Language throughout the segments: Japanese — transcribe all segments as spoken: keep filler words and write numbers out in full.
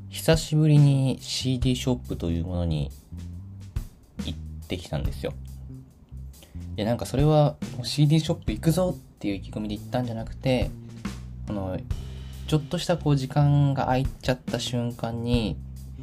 久しぶりに シーディー ショップというものに行ってきたんですよ。で、なんかそれは シーディー ショップ行くぞっていう意気込みで行ったんじゃなくて、このちょっとしたこう時間が空いちゃった瞬間に、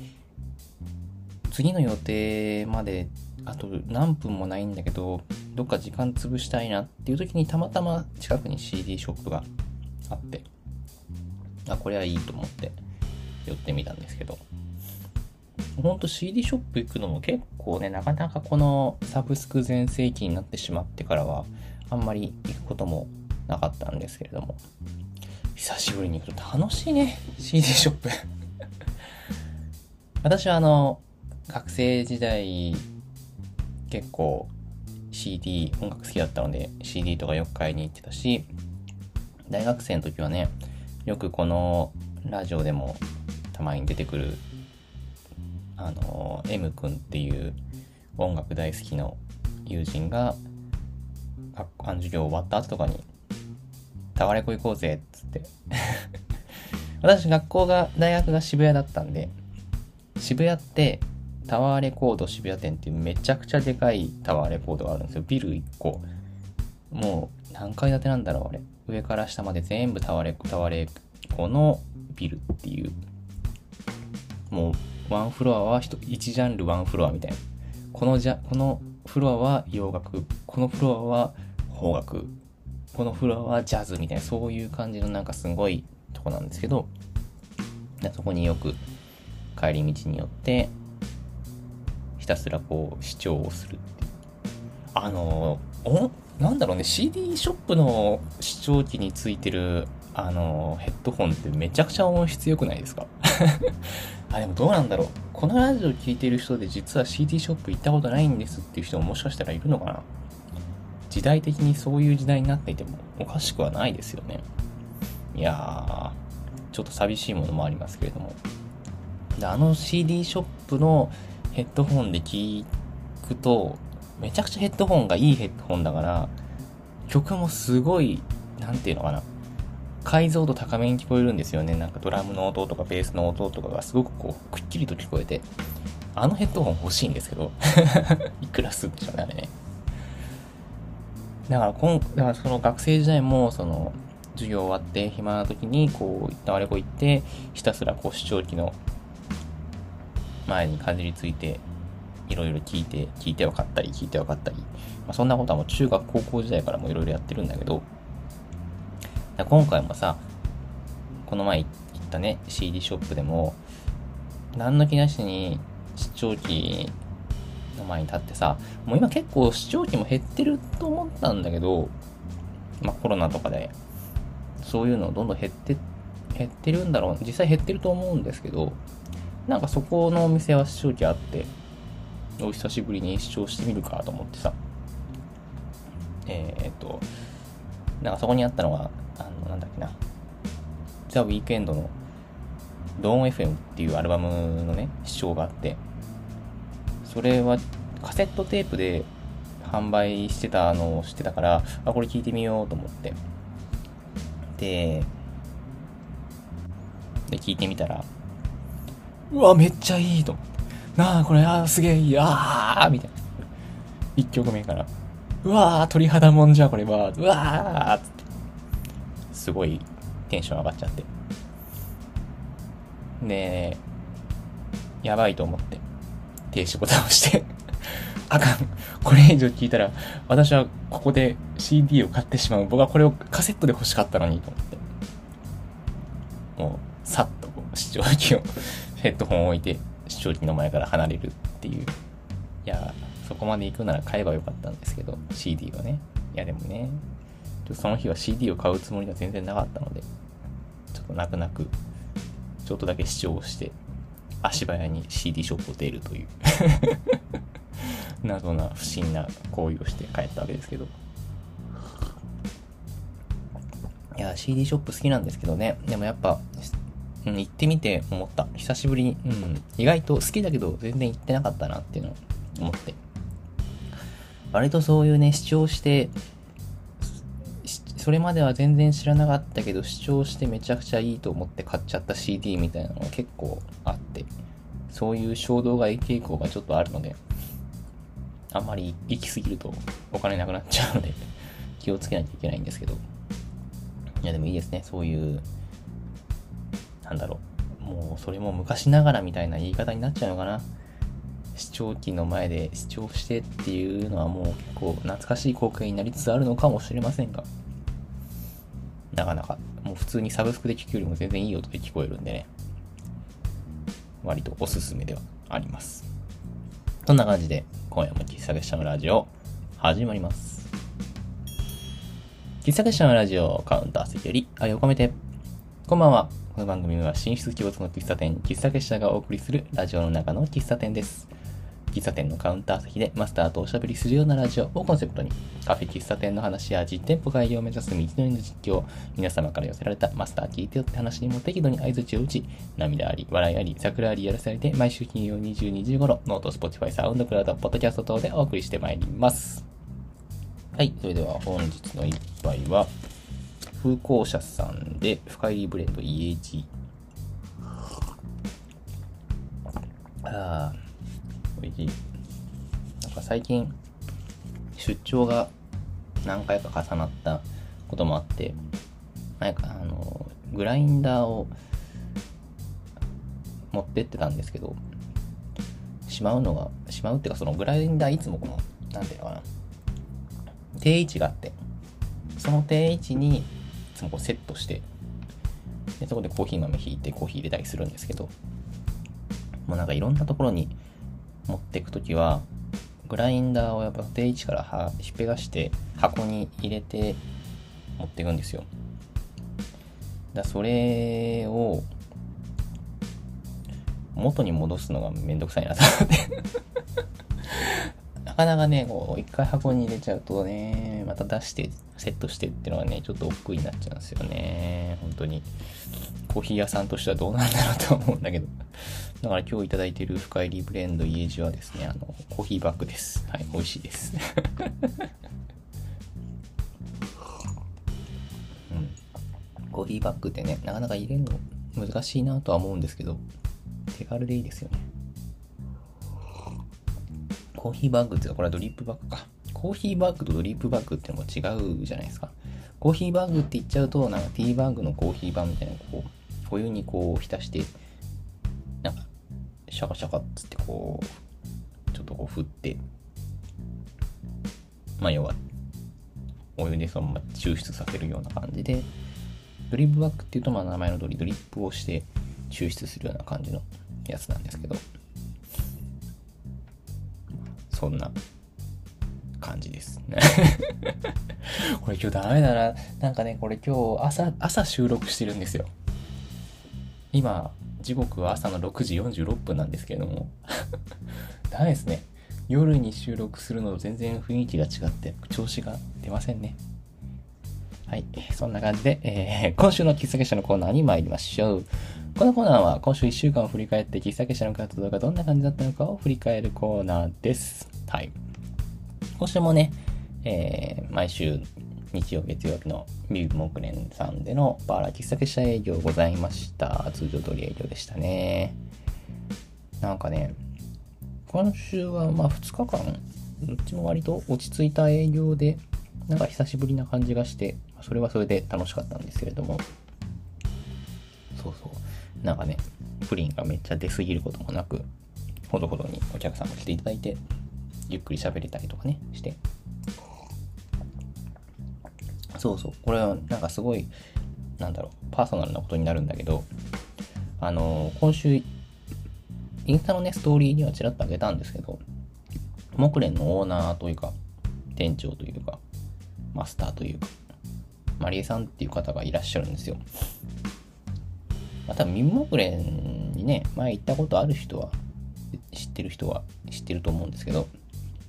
次の予定まであと何分もないんだけど、どっか時間潰したいなっていう時にたまたま近くに シーディー ショップがあって、あ、これはいいと思って寄ってみたんですけど、ほんと シーディー ショップ行くのも結構ね、なかなかこのサブスク全盛期になってしまってからはあんまり行くこともなかったんですけれども、久しぶりに行くと楽しいね、 シーディー ショップ私はあの学生時代結構 シーディー 音楽好きだったので シーディー とかよく買いに行ってたし、大学生の時はね、よくこのラジオでもたまに出てくるあの M 君っていう音楽大好きの友人が学校の授業終わった後とかにタワレコ行こうぜっつって私学校が大学が渋谷だったんで、渋谷ってタワーレコード渋谷店っていうめちゃくちゃでかいタワーレコードがあるんですよ。ビルいっこ、もう何階建てなんだろうあれ、上から下まで全部タワレコタワレコのビルっていう、もうワンフロアは一ジャンルワンフロアみたいな、このじゃこのフロアは洋楽、このフロアは邦楽、このフロアはジャズみたいな、そういう感じのなんかすごいとこなんですけど、そこによく帰り道によってひたすらこう視聴をするっていう、あのおなんだろうね、 シーディー ショップの視聴器についてるあのヘッドホンってめちゃくちゃ音質良くないですかあ、でもどうなんだろう、このラジオ聞いてる人で実は シーディー ショップ行ったことないんですっていう人ももしかしたらいるのかな。時代的にそういう時代になっていてもおかしくはないですよね。いやー、ちょっと寂しいものもありますけれども、であの シーディー ショップのヘッドホンで聞くと、めちゃくちゃヘッドホンがいいヘッドホンだから、曲もすごい、なんていうのかな、解像度高めに聞こえるんですよね。なんかドラムの音とかベースの音とかがすごくこうくっきりと聞こえて、あのヘッドホン欲しいんですけどいくらするんでしょうねあれね。だから今だからその学生時代もその授業終わって暇な時にこうタワレコ行ってひたすらこう視聴器の前にかじりついていろいろ聞いて聞いて分かったり聞いて分かったり、まあ、そんなことはもう中学高校時代からもいろいろやってるんだけど、今回もさ、この前行ったね シーディー ショップでも何の気なしに視聴器の前に立ってさ、もう今結構視聴器も減ってると思ったんだけど、まあコロナとかでそういうのどんどん減って減ってるんだろう、実際減ってると思うんですけど、なんかそこのお店は視聴器あって、お久しぶりに視聴してみるかと思ってさ、えー、っとなんかそこにあったのがあのなんだっけな、ザ・ウィークエンドのドーン エフエム っていうアルバムのね視聴があって、それはカセットテープで販売してたのを知ってたから、あ、これ聞いてみようと思って、でで聞いてみたら、うわめっちゃいいと思って、なあこれ、あーすげえいい、あーみたいな、いっきょくめからうわー鳥肌もんじゃこれは、うわーってすごいテンション上がっちゃって、でやばいと思って停止ボタンを押してあかん、これ以上聞いたら私はここで シーディー を買ってしまう、僕はこれをカセットで欲しかったのにと思って、もうさっとこう視聴器をヘッドホンを置いて視聴器の前から離れるっていう、いやそこまで行くなら買えばよかったんですけど シーディー をね、いやでもね、その日は シーディー を買うつもりは全然なかったので、ちょっと泣く泣くちょっとだけ視聴をして足早に シーディー ショップを出るという謎な不審な行為をして帰ったわけですけど、いや シーディー ショップ好きなんですけどね、でもやっぱ、うん、行ってみて思った、久しぶりに、うん、意外と好きだけど全然行ってなかったなっていうのを思って、割とそういうね視聴してそれまでは全然知らなかったけど視聴してめちゃくちゃいいと思って買っちゃった シーディー みたいなのが結構あって、そういう衝動買い傾向がちょっとあるので、あんまり行き過ぎるとお金なくなっちゃうので気をつけないといけないんですけど、いやでもいいですね、そういうなんだろう、もうそれも昔ながらみたいな言い方になっちゃうのかな。視聴器の前で視聴してっていうのはもう結構懐かしい光景になりつつあるのかもしれませんが、なかなかもう普通にサブスクで聞くよりも全然いい音で聞こえるんでね、割とおすすめではあります。そんな感じで今夜も喫茶結社のラジオ始まります。喫茶結社のラジオカウンター席より愛を込めて。こんばんは。この番組は神出鬼没の喫茶店喫茶結社がお送りするラジオの中の喫茶店です。喫茶店のカウンター席でマスターとおしゃべりするようなラジオをコンセプトに、カフェ喫茶店の話や実店舗開業を目指す道のりの実況、皆様から寄せられたマスター聞いてよって話にも適度に相槌を打ち、涙あり笑いあり桜ありやらされて、毎週金曜にじゅうにじ頃ノート、スポティファイ、サウンドクラウド、ポッドキャスト等でお送りしてまいります。はい、それでは本日の一杯は風光社さんで深入りブレンド イーエイチ。 あー美味しい。なんか最近出張が何回か重なったこともあって、なんかあのグラインダーを持ってってたんですけど、しまうのがしまうっていうか、そのグラインダーいつもこのなんていうのかな、定位置があって、その定位置にいつもこうセットして、でそこでコーヒー豆引いてコーヒー入れたりするんですけど、もうなんかいろんなところに持っていくときはグラインダーをやっぱ定位置からはひっぺがして箱に入れて持っていくんですよ。だそれを元に戻すのがめんどくさいなと思ってなかなかね、こう一回箱に入れちゃうとね、また出してセットしてっていうのがね、ちょっと億劫になっちゃうんですよね。本当にコーヒー屋さんとしてはどうなんだろうと思うんだけど、だから今日いただいている深入りブレンドイエジはですね、あのコーヒーバッグです。はい、美味しいです、うん、コーヒーバッグってね、なかなか入れるの難しいなとは思うんですけど、手軽でいいですよね。コーヒーバッグっていうか、これはドリップバッグか。コーヒーバッグとドリップバッグってのも違うじゃないですか。コーヒーバッグって言っちゃうと、なんかティーバッグのコーヒー版みたいな、こうお湯にこう浸してなんかシャカシャカっつってこうちょっとこう振って、まあ要はお湯でそのまま抽出させるような感じで、ドリップバッグっていうとまあ名前の通りドリップをして抽出するような感じのやつなんですけど、そんな感じですこれ今日ダメだな。なんかね、これ今日朝朝収録してるんですよ。今時刻は朝のろくじよんじゅうろっぷんなんですけれどもダメですね。夜に収録するのと全然雰囲気が違って調子が出ませんね。はい、そんな感じで、えー、今週の喫茶結社のコーナーに参りましょう。このコーナーは今週いっしゅうかんを振り返って喫茶結社の活動がどんな感じだったのかを振り返るコーナーです。はい。今週もね、えー、毎週日曜月曜日のビブ木蓮さんでのバーラ喫茶結社営業ございました。通常通り営業でしたね。なんかね、今週はまあふつかかんどっちも割と落ち着いた営業で、なんか久しぶりな感じがして、それはそれで楽しかったんですけれども、そうそう、なんかね、プリンがめっちゃ出過ぎることもなく、ほどほどにお客さんも来ていただいて、ゆっくり喋れたりとかねして、そうそう、これはなんかすごいなんだろうパーソナルなことになるんだけど、あのー、今週インスタのねストーリーにはちらっとあげたんですけど、木蓮のオーナーというか店長というかマスターというかマリエさんっていう方がいらっしゃるんですよ。まあ、多分民木蓮にね前行ったことある人は知ってる人は知ってると思うんですけど、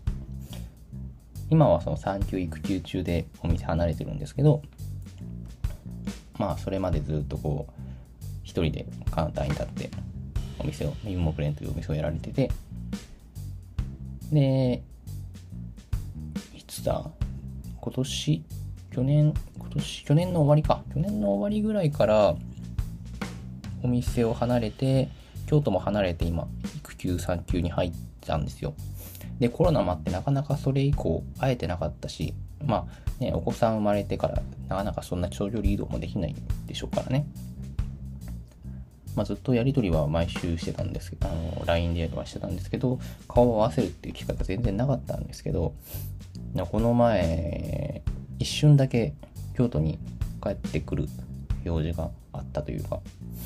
今はその産休育休中でお店離れてるんですけど、まあそれまでずっとこう一人でカウンターに立ってお店を民木蓮というお店をやられてて、でいつだ今年去去年、今年、去年の終わりか。去年の終わりぐらいからお店を離れて、京都も離れて今、育休産休に入ったんですよ。で、コロナもあってなかなかそれ以降会えてなかったし、まあね、お子さん生まれてからなかなかそんな長距離移動もできないでしょうからね。まあ、ずっとやりとりは毎週してたんですけど、あの ライン ではしてたんですけど、顔を合わせるっていう機会が全然なかったんですけど、この前一瞬だけ京都に帰ってくる用事があったというか、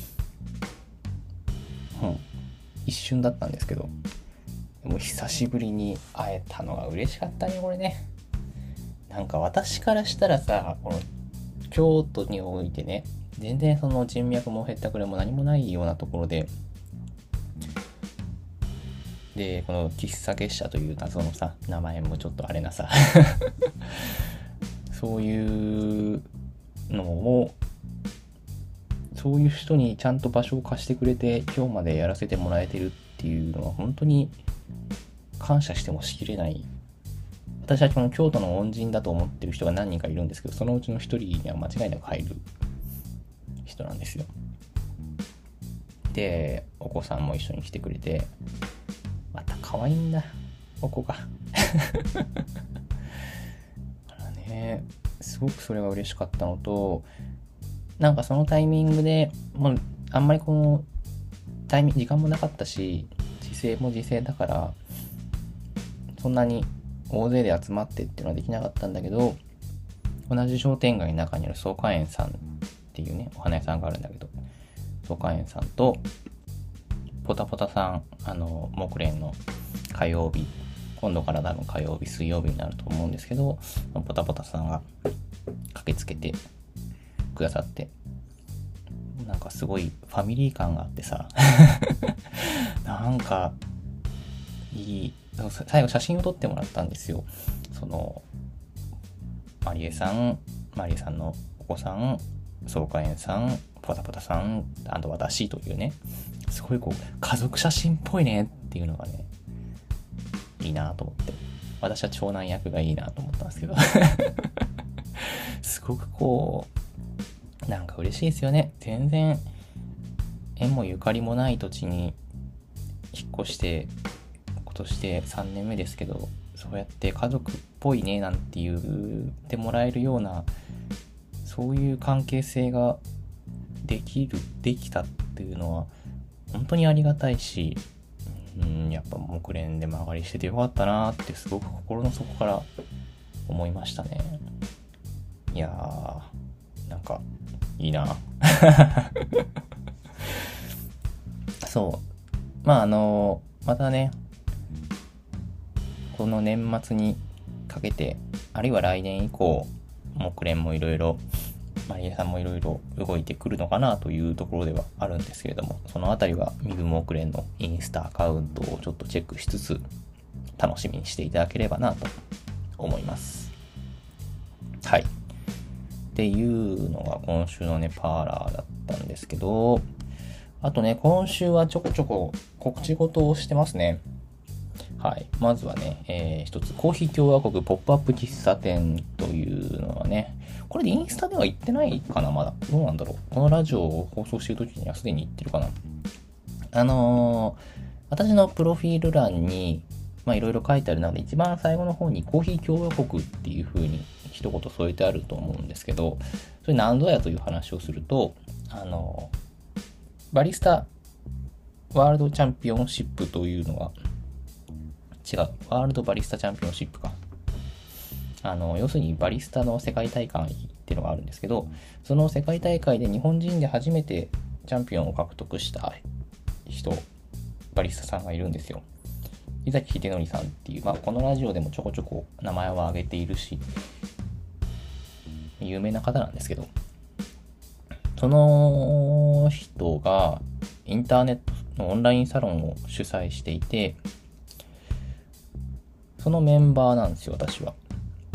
うん、一瞬だったんですけど、もう久しぶりに会えたのが嬉しかったね、これね。なんか私からしたらさ、この京都においてね、全然その人脈もへったくれも何もないようなところで、で、この喫茶結社という謎のさ、名前もちょっとあれなさ、そういうのを、そういう人にちゃんと場所を貸してくれて、今日までやらせてもらえてるっていうのは本当に感謝してもしきれない。私はこの京都の恩人だと思ってる人が何人かいるんですけど、そのうちの一人には間違いなく入る人なんですよ。で、お子さんも一緒に来てくれて、また可愛いんだ、お子が。だからね、すごくそれが嬉しかったのと、なんかそのタイミングで、もうあんまりこのタイミング、時間もなかったし、時勢も時勢だから、そんなに大勢で集まってっていうのはできなかったんだけど、同じ商店街の中にある草加園さんっていうね、お花屋さんがあるんだけど、草加園さんとポタポタさん、あの木蓮の火曜日、今度から多分火曜日水曜日になると思うんですけど、ポタポタさんが駆けつけてくださって、なんかすごいファミリー感があってさなんかいい、最後写真を撮ってもらったんですよ。そのマリエさん、マリエさんのお子さん、草加園さん、ポタポタさん、あと私というね、すごいこう家族写真っぽいねっていうのがね、いいなと思って、私は長男役がいいなと思ったんですけどすごくこうなんか嬉しいですよね。全然縁もゆかりもない土地に引っ越して今年でさんねんめですけど、そうやって家族っぽいねなんて言ってもらえるような、そういう関係性ができるできたっていうのは本当にありがたいし、うん、やっぱ木蓮で曲がりしててよかったなってすごく心の底から思いましたね。いやー、なんかいいなそうまああのまたね、この年末にかけて、あるいは来年以降、木蓮もいろいろ、マリエさんもいろいろ動いてくるのかなというところではあるんですけれども、そのあたりはミブ木蓮のインスタアカウントをちょっとチェックしつつ、楽しみにしていただければなと思います。はい。っていうのが今週のね、パーラーだったんですけど、あとね、今週はちょこちょこ告知事をしてますね。はい。まずはね、えー、一つ、コーヒー共和国ポップアップ喫茶店というのはね、これでインスタでは言ってないかな、まだ。どうなんだろう。このラジオを放送している時にはすでに言ってるかな。あのー、私のプロフィール欄に、まあいろいろ書いてある中で、一番最後の方にコーヒー共和国っていう風に一言添えてあると思うんですけど、それ何ぞやという話をすると、あのー、バリスタワールドチャンピオンシップというのが、違う、ワールドバリスタチャンピオンシップか。あの、要するにバリスタの世界大会っていうのがあるんですけど、その世界大会で日本人で初めてチャンピオンを獲得した人、バリスタさんがいるんですよ。井崎秀則さんっていう、まあこのラジオでもちょこちょこ名前は挙げているし、有名な方なんですけど、その人がインターネットのオンラインサロンを主催していて、そのメンバーなんですよ、私は。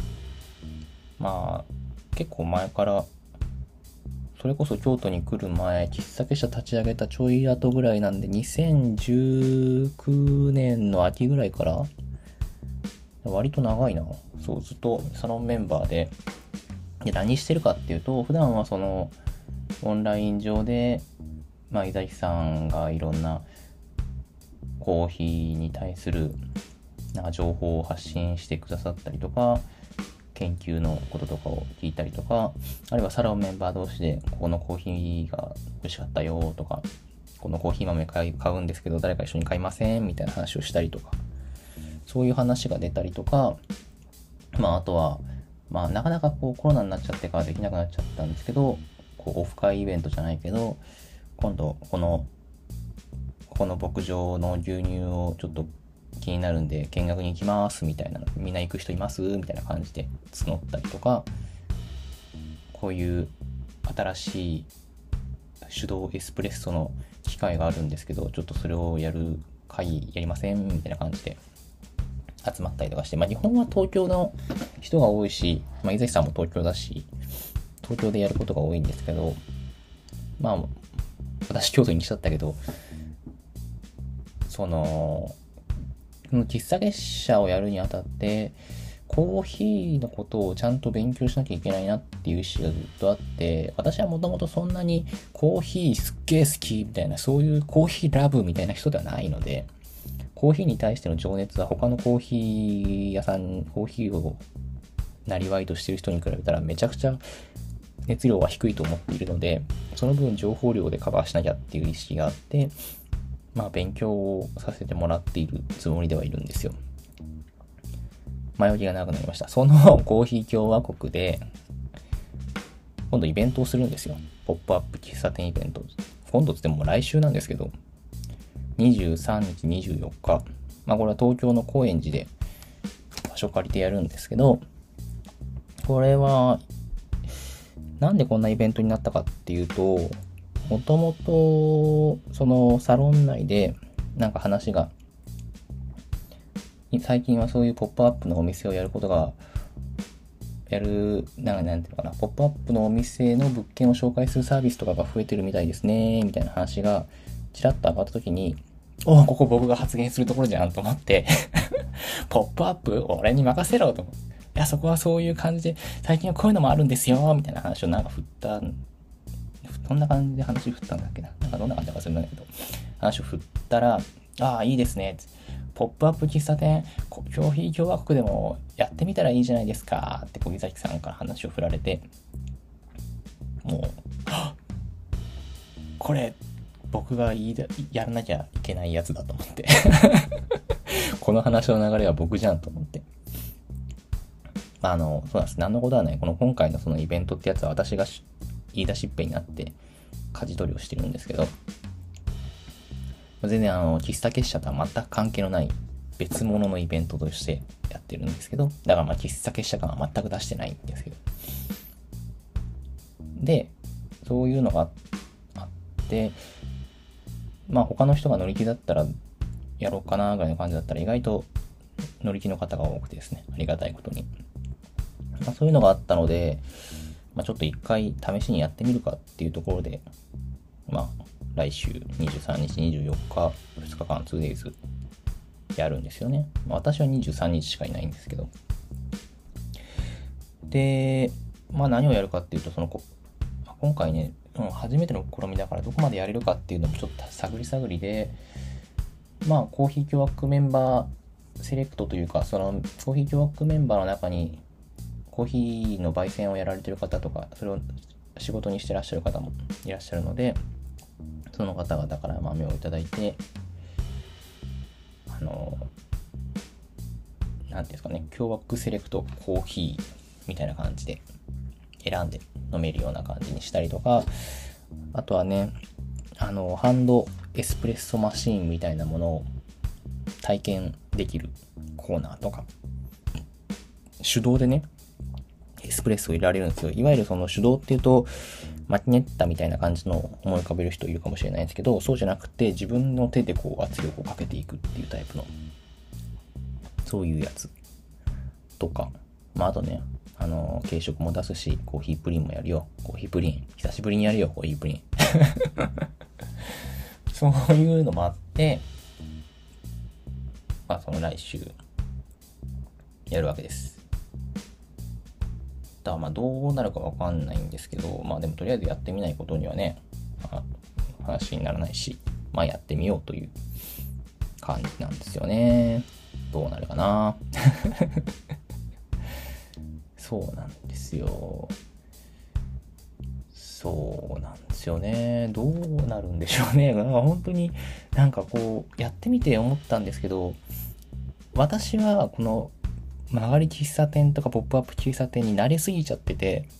まあ、結構前から、それこそ京都に来る前、喫茶結社立ち上げたちょい後ぐらいなんで、にせんじゅうきゅうねんの秋ぐらいから、割と長いな。そう、ずっとサロンメンバーでで、何してるかっていうと、普段はその、オンライン上で、まあ、伊崎さんがいろんなコーヒーに対するなんか情報を発信してくださったりとか、研究のこととかを聞いたりとか、あるいはサロンメンバー同士で、ここのコーヒーが美味しかったよとか、このコーヒー豆買い買うんですけど誰か一緒に買いませんみたいな話をしたりとか、そういう話が出たりとか、まああとは、まあなかなかこうコロナになっちゃってからできなくなっちゃったんですけど、こうオフ会イベントじゃないけど、今度このここの牧場の牛乳をちょっと気になるんで見学に行きますみたいな、みんな行く人いますみたいな感じで募ったりとか、こういう新しい手動エスプレッソの機械があるんですけど、ちょっとそれをやる会やりませんみたいな感じで集まったりとかして、まあ日本は東京の人が多いし、まあ伊崎さんも東京だし、東京でやることが多いんですけど、まあ私京都に来ちゃったけど、その喫茶月謝をやるにあたってコーヒーのことをちゃんと勉強しなきゃいけないなっていう意識がずっとあって、私はもともとそんなにコーヒーすっげー好きみたいな、そういうコーヒーラブみたいな人ではないので、コーヒーに対しての情熱は他のコーヒー屋さん、コーヒーをなりわいとしてる人に比べたらめちゃくちゃ熱量は低いと思っているので、その分情報量でカバーしなきゃっていう意識があって、まあ勉強をさせてもらっているつもりではいるんですよ。前置きが長くなりました。そのコーヒー共和国で今度イベントをするんですよ。ポップアップ喫茶店イベント。今度つっても来週なんですけど、にじゅうさんにちにじゅうよっか、まあこれは東京の高円寺で場所借りてやるんですけど、これはなんでこんなイベントになったかっていうと、もともとそのサロン内でなんか話が、最近はそういうポップアップのお店をやることがやる、なんかなんていうのかな、ポップアップのお店の物件を紹介するサービスとかが増えてるみたいですねみたいな話がちらっと上がった時に、お、ここ僕が発言するところじゃんと思ってポップアップ俺に任せろと思って、いやそこはそういう感じで最近はこういうのもあるんですよみたいな話をなんか振ったそんな感じで話振ったんだっけな、なんかどんな感じか忘れたんだけど、話を振ったら、ああいいですね、ポップアップ喫茶店コーヒー共和国でもやってみたらいいじゃないですかって小木崎さんから話を振られて、もうこれ僕が言いだやらなきゃいけないやつだと思ってこの話の流れは僕じゃんと思って、まあ、あのそうなんです、何のことはない、この今回のそのイベントってやつは私が言い出しっぺになって舵取りをしてるんですけど、全然あの喫茶結社とは全く関係のない別物のイベントとしてやってるんですけど、だからまあ喫茶結社感は全く出してないんですけど、でそういうのがあって、まあ他の人が乗り気だったらやろうかなぐらいの感じだったら意外と乗り気の方が多くてですね、ありがたいことに、まあ、そういうのがあったので、まあ、ちょっと一回試しにやってみるかっていうところで、まあ来週にじゅうさんにちにじゅうよっかふつかかん ツーデイズ やるんですよね。まあ、私はにじゅうさんにちしかいないんですけど、でまあ何をやるかっていうと、その今回ね、初めての試みだからどこまでやれるかっていうのもちょっと探り探りで、まあコーヒー共和国メンバーセレクトというか、そのコーヒー共和国メンバーの中にコーヒーの焙煎をやられてる方とか、それを仕事にしてらっしゃる方もいらっしゃるので、その方々から豆をいただいて、あのなんていうんですかね、共和国セレクトコーヒーみたいな感じで選んで飲めるような感じにしたりとか、あとはね、あのハンドエスプレッソマシーンみたいなものを体験できるコーナーとか、手動でねエスプレッソを入れられるんですよ。いわゆるその手動っていうとマキネッタみたいな感じの思い浮かべる人いるかもしれないんですけど、そうじゃなくて自分の手でこう圧力をかけていくっていうタイプの、そういうやつとか、まああとね、あの軽食も出すし、コーヒープリンもやるよ。コーヒープリン久しぶりにやるよ、コーヒープリンそういうのもあって、まあその来週やるわけです。 ター、まあどうなるかわかんないんですけど、まあでもとりあえずやってみないことにはね、まあ、話にならないし、まあやってみようという感じなんですよね。どうなるかな。そうなんですよ。そうなんですよね。どうなるんでしょうね。なんか本当になんかこうやってみて思ったんですけど、私はこの曲がり喫茶店とかポップアップ喫茶店に慣れすぎちゃってて、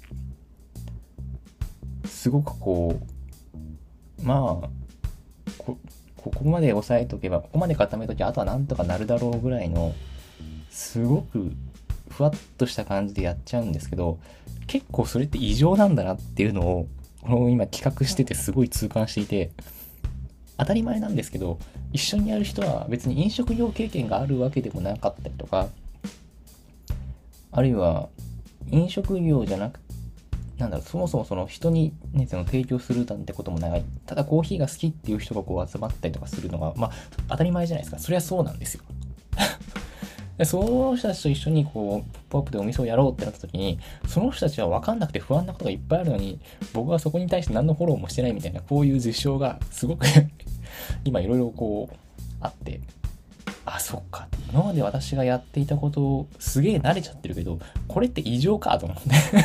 すごくこう、まあ、こ、ここまで押さえとけば、ここまで固めとけば、あとはなんとかなるだろうぐらいの、すごくふわっとした感じでやっちゃうんですけど、結構それって異常なんだなっていうのを、この今企画しててすごい痛感していて、当たり前なんですけど、一緒にやる人は別に飲食業経験があるわけでもなかったりとか、あるいは飲食業じゃなく、なんだろう、そもそもその人にね、その提供するなんてこともない。ただコーヒーが好きっていう人がこう集まったりとかするのが、まあ当たり前じゃないですか。そりゃそうなんですよ。でその人たちと一緒にこう、ポップアップでお店をやろうってなった時に、その人たちは分かんなくて不安なことがいっぱいあるのに、僕はそこに対して何のフォローもしてないみたいな、こういう実証がすごく今いろいろこう、あって、あ、そっか。今まで私がやっていたことをすげえ慣れちゃってるけど、これって異常かと思って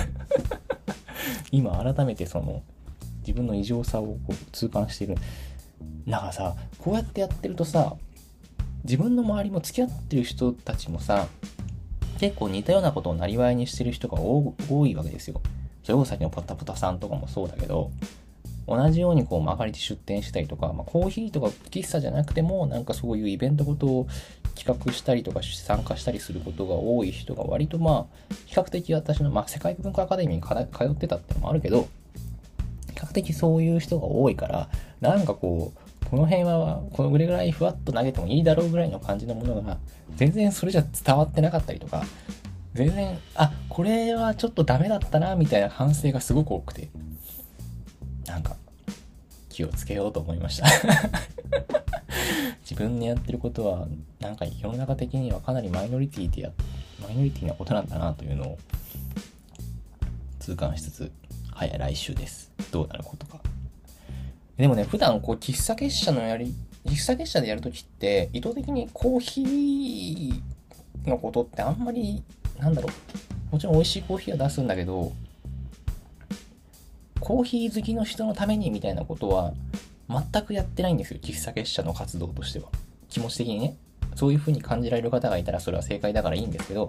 今改めてその、自分の異常さをこう痛感している。だからさ、こうやってやってるとさ、自分の周りも付き合ってる人たちもさ、結構似たようなことをなりわいにしてる人が多いわけですよ。それこそさっきのポタポタさんとかもそうだけど、同じようにこう曲がりで出店したりとか、まあ、コーヒーとか喫茶じゃなくてもなんかそういうイベントごとを企画したりとか参加したりすることが多い人が割とまあ比較的私の、まあ、世界文化アカデミーに通ってたってのもあるけど、比較的そういう人が多いから、なんかこうこの辺はこのぐらいふわっと投げてもいいだろうぐらいの感じのものが全然それじゃ伝わってなかったりとか、全然あこれはちょっとダメだったなみたいな反省がすごく多くて、なんか気をつけようと思いました自分でやってることはなんか世の中的にはかなりマイノリティでやマイノリティなことなんだなというのを痛感しつつ、はい、来週です。どうなることか。でもね、普段こう喫茶結社のやり喫茶結社でやるときって意図的にコーヒーのことってあんまりなんだろう、もちろん美味しいコーヒーは出すんだけど、コーヒー好きの人のためにみたいなことは全くやってないんですよ、喫茶結社の活動としては。気持ち的にね、そういう風に感じられる方がいたらそれは正解だからいいんですけど、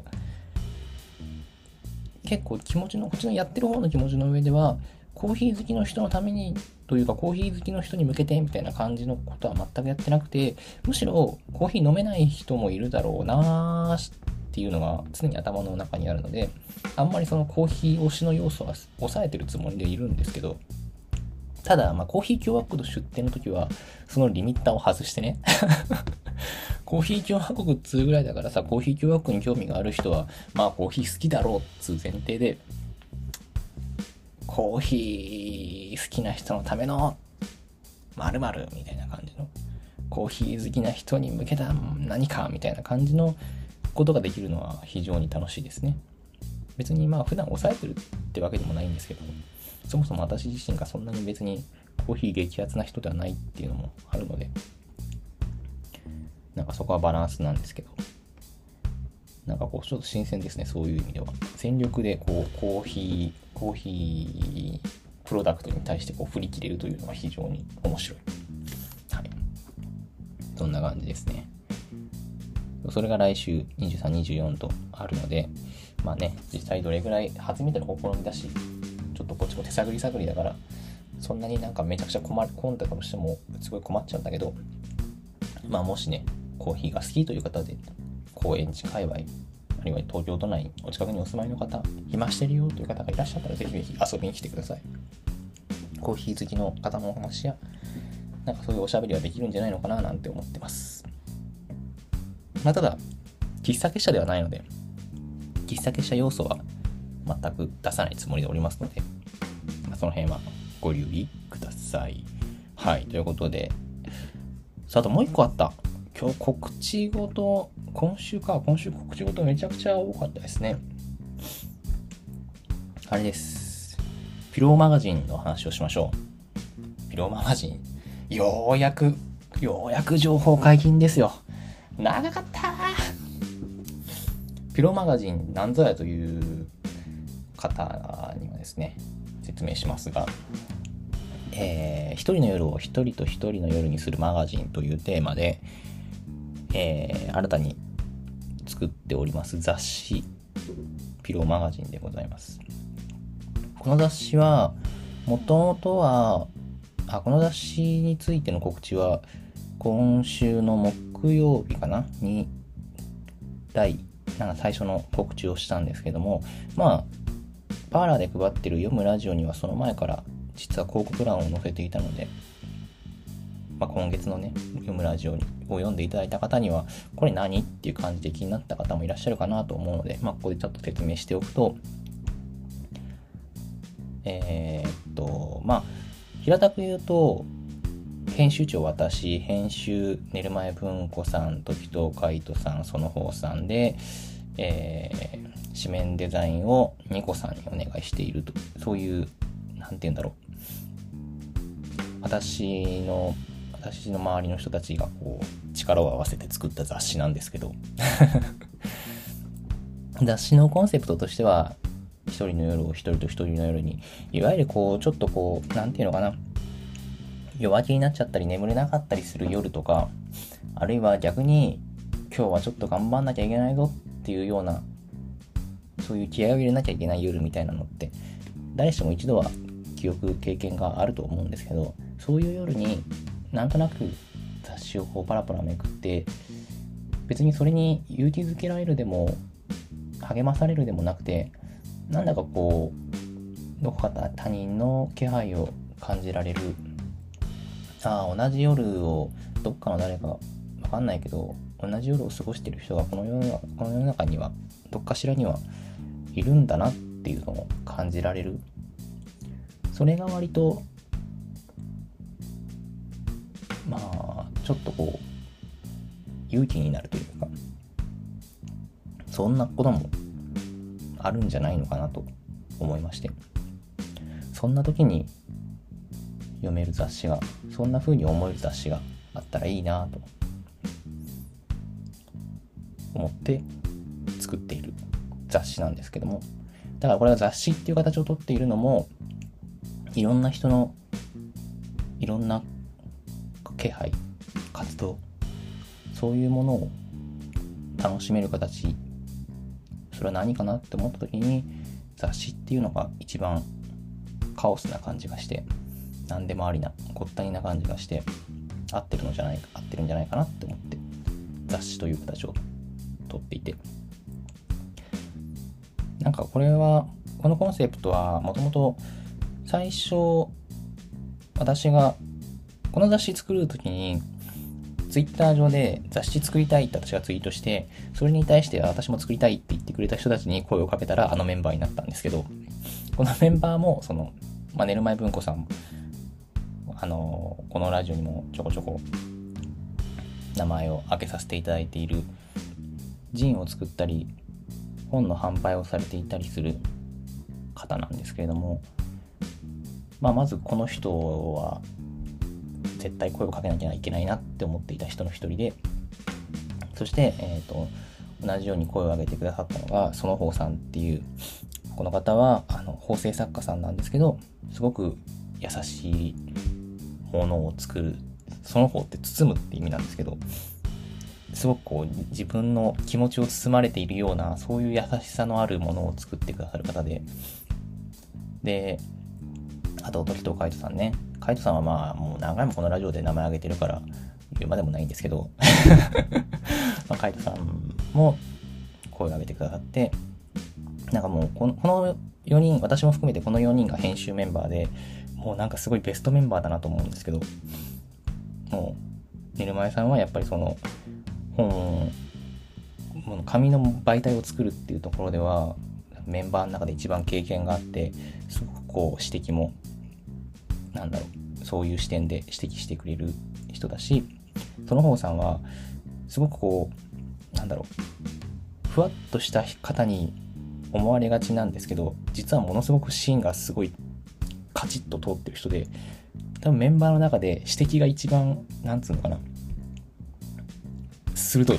結構気持ちのこっちのやってる方の気持ちの上ではコーヒー好きの人のためにというかコーヒー好きの人に向けてみたいな感じのことは全くやってなくて、むしろコーヒー飲めない人もいるだろうなっていうのが常に頭の中にあるので、あんまりそのコーヒー推しの要素は抑えてるつもりでいるんですけど、ただ、まあ、コーヒー共和国の出店の時はそのリミッターを外してねコーヒー共和国っつうぐらいだからさ、コーヒー共和国に興味がある人はまあコーヒー好きだろうっつう前提で、コーヒー好きな人のための〇〇みたいな感じの、コーヒー好きな人に向けた何かみたいな感じのことができるのは非常に楽しいですね。別にまあ普段抑えてるってわけでもないんですけど、そもそも私自身がそんなに別にコーヒー激アツな人ではないっていうのもあるので、なんかそこはバランスなんですけど、なんかこうちょっと新鮮ですね、そういう意味では。全力でこうコーヒーコーヒープロダクトに対してこう振り切れるというのが非常に面白い。はい。そんな感じですね。それが来週にじゅうさん、にじゅうよんとあるので、まあね、実際どれぐらい初めての試みだし、ちょっとこっちも手探り探りだから、そんなになんかめちゃくちゃ困る、混んだとしてもすごい困っちゃうんだけど、まあもしね、コーヒーが好きという方で、高円寺界隈、あるいは東京都内、お近くにお住まいの方、暇してるよという方がいらっしゃったら、ぜひぜひ遊びに来てください。コーヒー好きの方のお話や、なんかそういうおしゃべりはできるんじゃないのかななんて思ってます。まあただ、喫茶結社ではないので、喫茶結社要素は全く出さないつもりでおりますので、まあ、その辺はご留意ください。はい、ということで、さあ、あともう一個あった。今日告知ごと、今週か、今週告知ごとめちゃくちゃ多かったですね。 あれです。ピローマガジンの話をしましょう。ピローマガジン、ようやく、ようやく情報解禁ですよ。長かったー。ピローマガジンなんぞやという方にはですね、説明しますが、えー、一人の夜を一人と一人の夜にするマガジンというテーマで、えー、新たに作っております雑誌、ピローマガジンでございます。この雑誌は、もともとは、あ、この雑誌についての告知は、今週の木曜日かなに、第、なんか最初の告知をしたんですけども、まあ、パーラーで配ってる読むラジオにはその前から実は広告欄を載せていたので、まあ、今月のね、読むラジオを読んでいただいた方には、これ何っていう感じで気になった方もいらっしゃるかなと思うので、まあ、ここでちょっと説明しておくと、えー、っと、まあ、平たく言うと、編集長私、編集寝る前文庫さん、時とカイトさん、その方さんで、えー、紙面デザインをニコさんにお願いしていると、そういう、なんて言うんだろう。私の、私の周りの人たちがこう、力を合わせて作った雑誌なんですけど、雑誌のコンセプトとしては、一人の夜を一人と一人の夜に、いわゆるこう、ちょっとこう、なんていうのかな、弱気になっちゃったり眠れなかったりする夜とか、あるいは逆に今日はちょっと頑張んなきゃいけないぞっていうような、そういう気合を入れなきゃいけない夜みたいなのって誰しも一度は記憶経験があると思うんですけど、そういう夜になんとなく雑誌をこうパラパラめくって、別にそれに勇気づけられるでも励まされるでもなくて、なんだかこうどこか他人の気配を感じられる、ああ、同じ夜をどっかの誰かわかんないけど、同じ夜を過ごしている人がこの世の中、この世の中にはどっかしらにはいるんだなっていうのを感じられる。それが割とまあちょっとこう勇気になるというか、そんなこともあるんじゃないのかなと思いまして、そんな時に読める雑誌が、そんな風に思える雑誌があったらいいなと思って作っている雑誌なんですけども、だからこれは雑誌っていう形をとっているのも、いろんな人のいろんな気配、活動、そういうものを楽しめる形、それは何かなって思った時に、雑誌っていうのが一番カオスな感じがして、何でもありなごったにな感じがして合ってるのじゃないか合ってるんじゃないかなって思って雑誌という形をとっていて、なんかこれはこのコンセプトはもともと最初私がこの雑誌作るときにツイッター上で雑誌作りたいって私がツイートして、それに対して私も作りたいって言ってくれた人たちに声をかけたらあのメンバーになったんですけど、このメンバーもその、まあ、寝る前文庫さん、あのこのラジオにもちょこちょこ名前を挙げさせていただいている、ジンを作ったり本の販売をされていたりする方なんですけれども、まあ、まずこの人は絶対声をかけなきゃいけないなって思っていた人の一人で、そして、えーと、同じように声を上げてくださったのがその方さんっていう、この方はあの縫製作家さんなんですけど、すごく優しいものを作る、その方って包むって意味なんですけど、すごくこう自分の気持ちを包まれているような、そういう優しさのあるものを作ってくださる方で、であと時とカイトさんね、カイトさんはまあもう何回もこのラジオで名前挙げてるから言うまでもないんですけどまあカイトさんも声を上げてくださって、なんかもうこの、このよにん、私も含めてこのよにんが編集メンバーで、もうなんかすごいベストメンバーだなと思うんですけど、もう寝る前さんはやっぱりその本、紙の媒体を作るっていうところではメンバーの中で一番経験があって、すごくこう指摘もなんだろう、そういう視点で指摘してくれる人だし、その方さんはすごくこうなんだろう、ふわっとした方に思われがちなんですけど、実はものすごく芯がすごいカチッと通ってる人で、多分メンバーの中で指摘が一番なんつうのかな、鋭い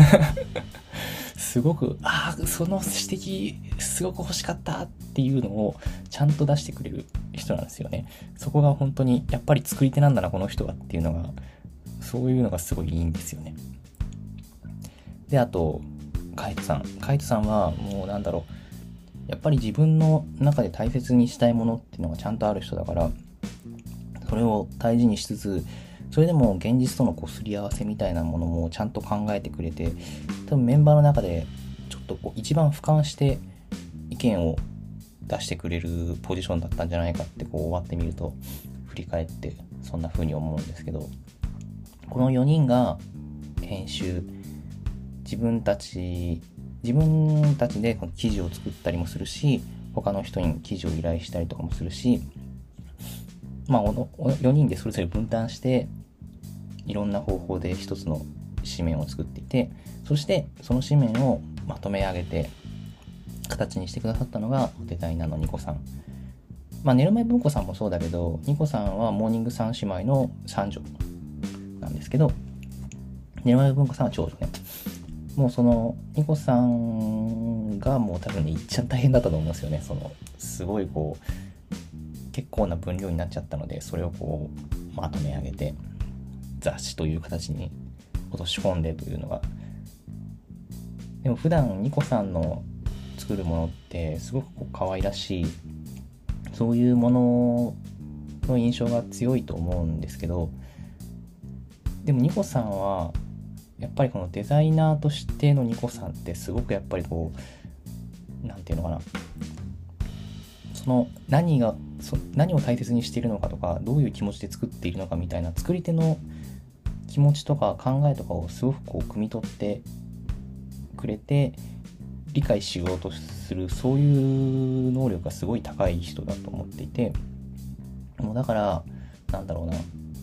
すごくああその指摘すごく欲しかったっていうのをちゃんと出してくれる人なんですよね。そこが本当にやっぱり作り手なんだなこの人はっていうのが、そういうのがすごいいいんですよね。で、あとカイトさんカイトさんはもうなんだろう、やっぱり自分の中で大切にしたいものっていうのがちゃんとある人だから、それを大事にしつつ、それでも現実とのこすり合わせみたいなものもちゃんと考えてくれて、多分メンバーの中でちょっとこう一番俯瞰して意見を出してくれるポジションだったんじゃないかって、こう終わってみると振り返ってそんな風に思うんですけど、このよにんが編集、自分たち自分たちでこの記事を作ったりもするし、他の人に記事を依頼したりとかもするし、まあよにんでそれぞれ分担していろんな方法で一つの紙面を作っていて、そしてその紙面をまとめ上げて形にしてくださったのがデザイナーのニコさん。まあ寝る前文庫さんもそうだけど、ニコさんはモーニング三姉妹の三女なんですけど、寝る前文庫さんは長女ね。もうそのニコさんがもう多分ね、いっちゃ大変だったと思うんですよね。そのすごいこう結構な分量になっちゃったので、それをこうまとめ上げて雑誌という形に落とし込んでというのが、でも普段ニコさんの作るものってすごくこう可愛らしい、そういうものの印象が強いと思うんですけど、でもニコさんはやっぱりこのデザイナーとしてのニコさんってすごくやっぱりこうなんていうのかな、その何がそ何を大切にしているのかとか、どういう気持ちで作っているのかみたいな作り手の気持ちとか考えとかをすごくこう汲み取ってくれて理解しようとする、そういう能力がすごい高い人だと思っていて、もうだからなんだろうな、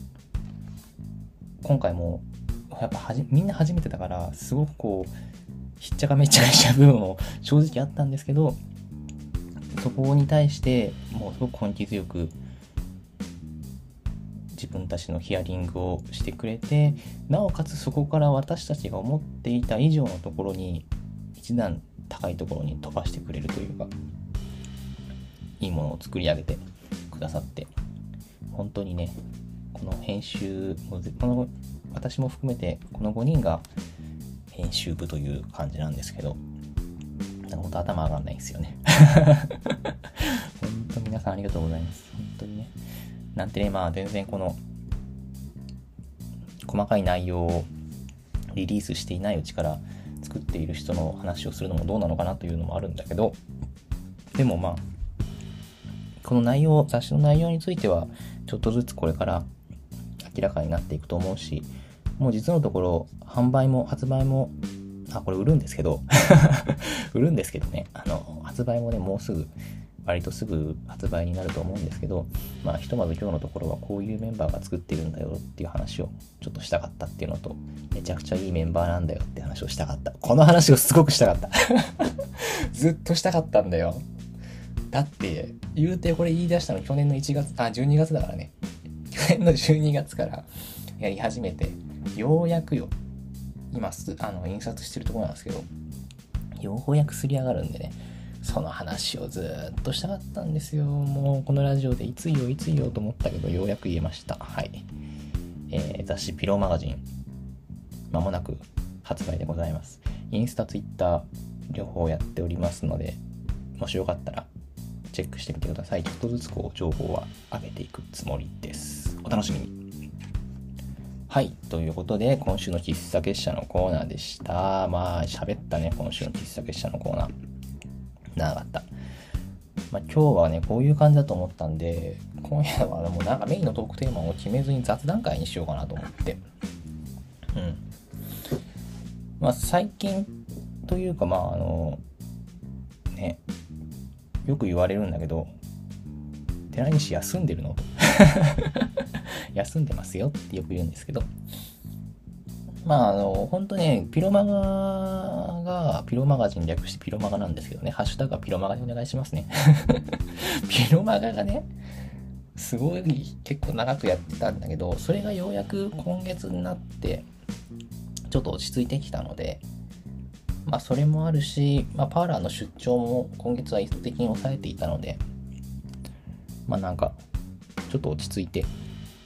今回もやっぱはじみんな初めてだからすごくこうひっちゃかめっちゃかした部分も正直あったんですけど、そこに対してもうすごく根気強く自分たちのヒアリングをしてくれて、なおかつそこから私たちが思っていた以上のところに一段高いところに飛ばしてくれるというか、いいものを作り上げてくださって、本当にね、この編集もこの私も含めてこのごにんが編集部という感じなんですけど、本当頭上がんないんですよね本当皆さんありがとうございます。本当にね、なんてね、まあ全然この細かい内容をリリースしていないうちから作っている人の話をするのもどうなのかなというのもあるんだけど、でもまあこの内容、雑誌の内容についてはちょっとずつこれから明らかになっていくと思うし、もう実のところ販売も発売も、あ、これ売るんですけど売るんですけどね、あの発売もね、もうすぐ割とすぐ発売になると思うんですけど、まあひとまず今日のところはこういうメンバーが作ってるんだよっていう話をちょっとしたかったっていうのと、めちゃくちゃいいメンバーなんだよって話をしたかった。この話をすごくしたかったずっとしたかったんだよ。だって言うてこれ言い出したの去年のいちがつ、あ、じゅうにがつだからね。去年のじゅうにがつからやり始めて、ようやくよ、今すあの印刷してるところなんですけど、ようやくすり上がるんでね、その話をずっとしたかったんですよ。もうこのラジオでいつ言おういつ言おうと思ったけど、ようやく言えました。はい、えー、雑誌ピローマガジンまもなく発売でございます。インスタツイッター両方やっておりますので、もしよかったらチェックしてみてください。ちょっとずつこう情報は上げていくつもりです。お楽しみに。はい、ということで今週の喫茶結社のコーナーでした。まあ喋ったね、今週の喫茶結社のコーナー長かった。まあ、今日はねこういう感じだと思ったんで、今夜はもうなんかメインのトークテーマを決めずに雑談会にしようかなと思って、うん、まあ最近というかまああのねよく言われるんだけど、寺西休んでるのと休んでますよってよく言うんですけど、 まあ、あの、本当ね、ピロマガが、ピロマガジン略してピロマガなんですけどね、ハッシュタグはピロマガでお願いしますね。ピロマガがね、すごい結構長くやってたんだけど、それがようやく今月になって、ちょっと落ち着いてきたので、まあそれもあるし、まあパーラーの出張も今月は意図的に抑えていたので、まあなんか、ちょっと落ち着いて、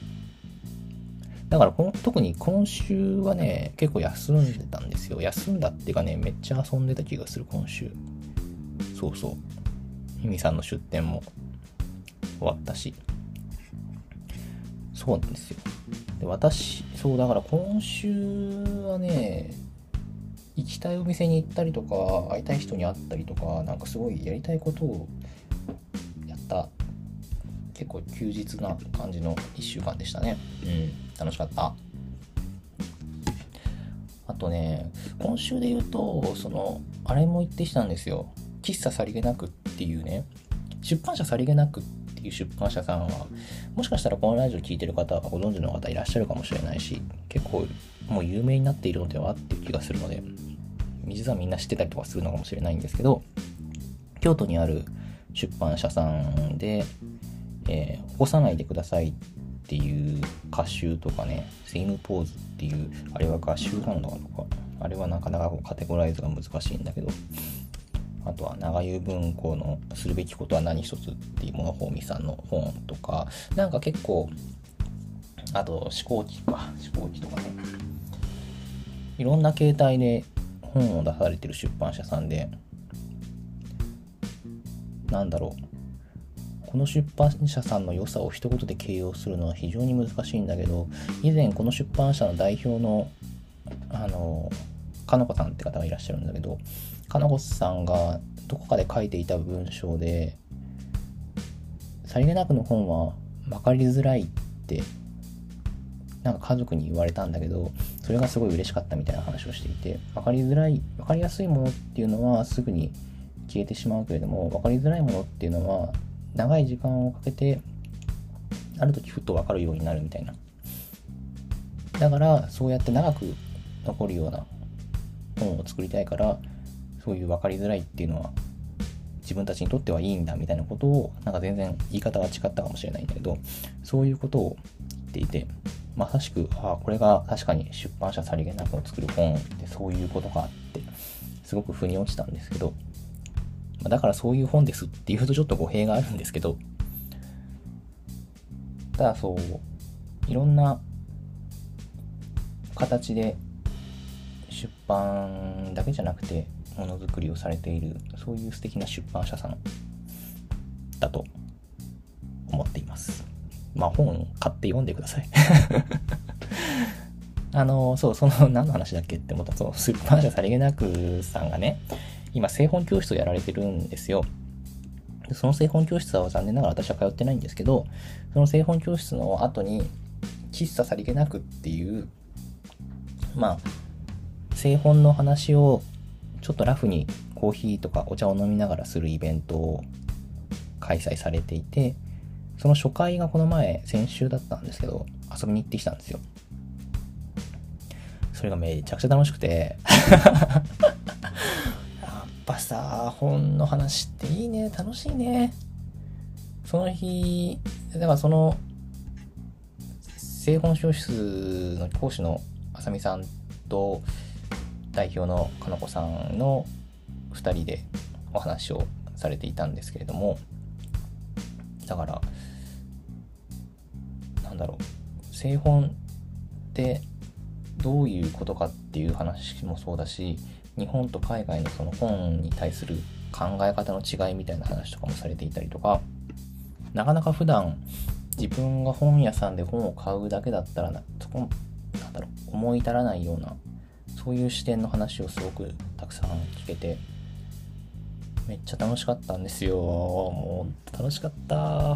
だからこの特に今週はね、結構休んでたんですよ。休んだっていうかね、めっちゃ遊んでた気がする、今週。そうそう。ひみさんの出店も終わったし。そうなんですよ。で、私、そう、だから今週はね、行きたいお店に行ったりとか、会いたい人に会ったりとか、なんかすごいやりたいことをやった、結構休日な感じのいっしゅうかんでしたね。うん、楽しかった。あとね、今週で言うと、その、あれも行ってきたんですよ。喫茶さりげなくっていうね、出版社さりげなくっていう出版社さんは、もしかしたらこのラジオ聞いてる方はご存知の方いらっしゃるかもしれないし、結構もう有名になっているのではっていう気がするので、実はみんな知ってたりとかするのかもしれないんですけど、京都にある出版社さんで、えー、起こさないでくださいっていう歌集とかね、セイムポーズっていう、あれは画集なのかとか、あれはなかなかカテゴライズが難しいんだけど、あとは長湯文庫のするべきことは何一つっていう物法美さんの本とか、なんか結構、あと思考機か、思考機とかね、いろんな形態で本を出されてる出版社さんで、なんだろう、この出版社さんの良さを一言で形容するのは非常に難しいんだけど、以前この出版社の代表のあのかのこさんって方がいらっしゃるんだけど、かのこさんがどこかで書いていた文章で、さりげなくの本は分かりづらいってなんか家族に言われたんだけど、それがすごい嬉しかったみたいな話をしていて、分かりづらい、分かりやすいものっていうのはすぐに消えてしまうけれども、分かりづらいものっていうのは長い時間をかけてある時ふっと分かるようになるみたいな。だからそうやって長く残るような本を作りたいから、そういう分かりづらいっていうのは自分たちにとってはいいんだみたいなことを、なんか全然言い方が違ったかもしれないんだけど、そういうことを言っていて、まさしく、ああこれが確かに出版社さりげなくを作る本ってそういうことかってすごく腑に落ちたんですけど、だからそういう本ですっていうとちょっと語弊があるんですけど、ただそういろんな形で出版だけじゃなくてものづくりをされている、そういう素敵な出版社さんだと思っています。まあ本を買って読んでください。あのそうその何の話だっけって思った、その出版社さりげなくさんがね、今製本教室をやられてるんですよ。その製本教室は残念ながら私は通ってないんですけど、その製本教室の後に喫茶さりげなくっていう、まあ製本の話をちょっとラフにコーヒーとかお茶を飲みながらするイベントを開催されていて、その初回がこの前先週だったんですけど、遊びに行ってきたんですよ。それがめちゃくちゃ楽しくてやっぱさ、本の話っていいね、楽しいね。その日だからその製本教室の講師のあさみさんと代表のかのこさんのふたりでお話をされていたんですけれども、だからなんだろう、製本ってどういうことかっていう話もそうだし、日本と海外のその本に対する考え方の違いみたいな話とかもされていたりとか、なかなか普段自分が本屋さんで本を買うだけだったらな、そこなんだろう、思い至らないような、そういう視点の話をすごくたくさん聞けて、めっちゃ楽しかったんですよ。もう楽しかった。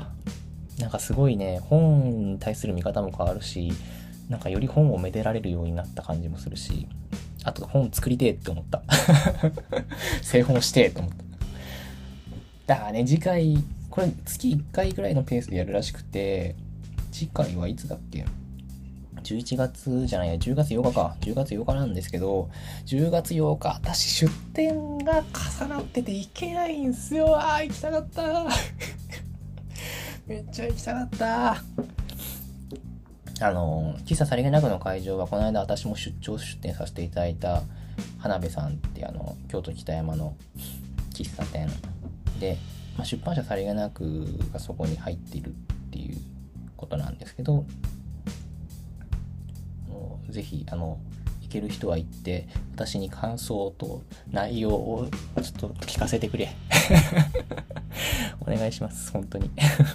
なんかすごいね、本に対する見方も変わるし、なんかより本をめでられるようになった感じもするし、あと本作りてえって思った。製本してえと思った。だからね、次回これ月いっかいぐらいのペースでやるらしくて、次回はいつだっけじゅういちがつじゃないや、じゅうがつようかか。じゅうがつようかなんですけど、じゅうがつようか、私出店が重なってて行けないんすよ。あー、行きたかっためっちゃ行きたかった。あの、喫茶さりげなくの会場は、この間私も出張出店させていただいた、花部さんってあの、京都北山の喫茶店で、まあ、出版社さりげなくがそこに入っているっていうことなんですけど、もうぜひ、あの、行ける人は行って、私に感想と内容をちょっと聞かせてくれ。お願いします、本当に。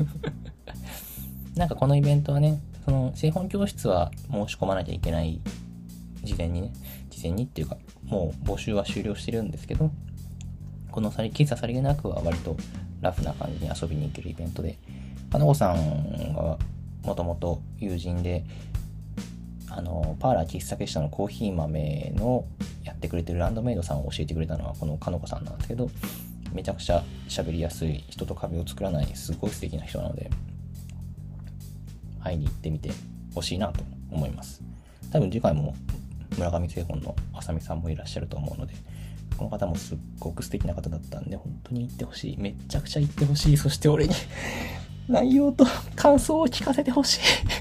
なんかこのイベントはね、その製本教室は申し込まなきゃいけない事前にね、事前にっていうか、もう募集は終了してるんですけど、このさり、喫茶さりげなくは割とラフな感じに遊びに行けるイベントで、かなこさんがもともと友人で、あの、パーラー喫茶結社のコーヒー豆のやってくれてるランドメイドさんを教えてくれたのはこのかのこさんなんですけど、めちゃくちゃ喋りやすい、人と壁を作らない、すごい素敵な人なので、会いに行ってみてほしいなと思います。多分次回も村上製本のあさみさんもいらっしゃると思うので、この方もすっごく素敵な方だったんで、本当に行ってほしい。めっちゃくちゃ行ってほしい。そして俺に内容と感想を聞かせてほしい。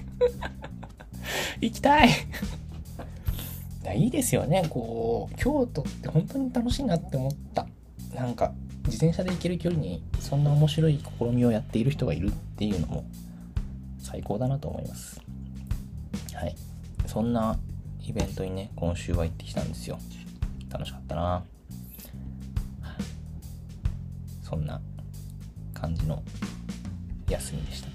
行きたい。いや、いいですよね。こう、京都って本当に楽しいなって思った。なんか、自転車で行ける距離にそんな面白い試みをやっている人がいるっていうのも最高だなと思います。はい。そんなイベントにね、今週は行ってきたんですよ。楽しかったな。そんな感じの休みでした。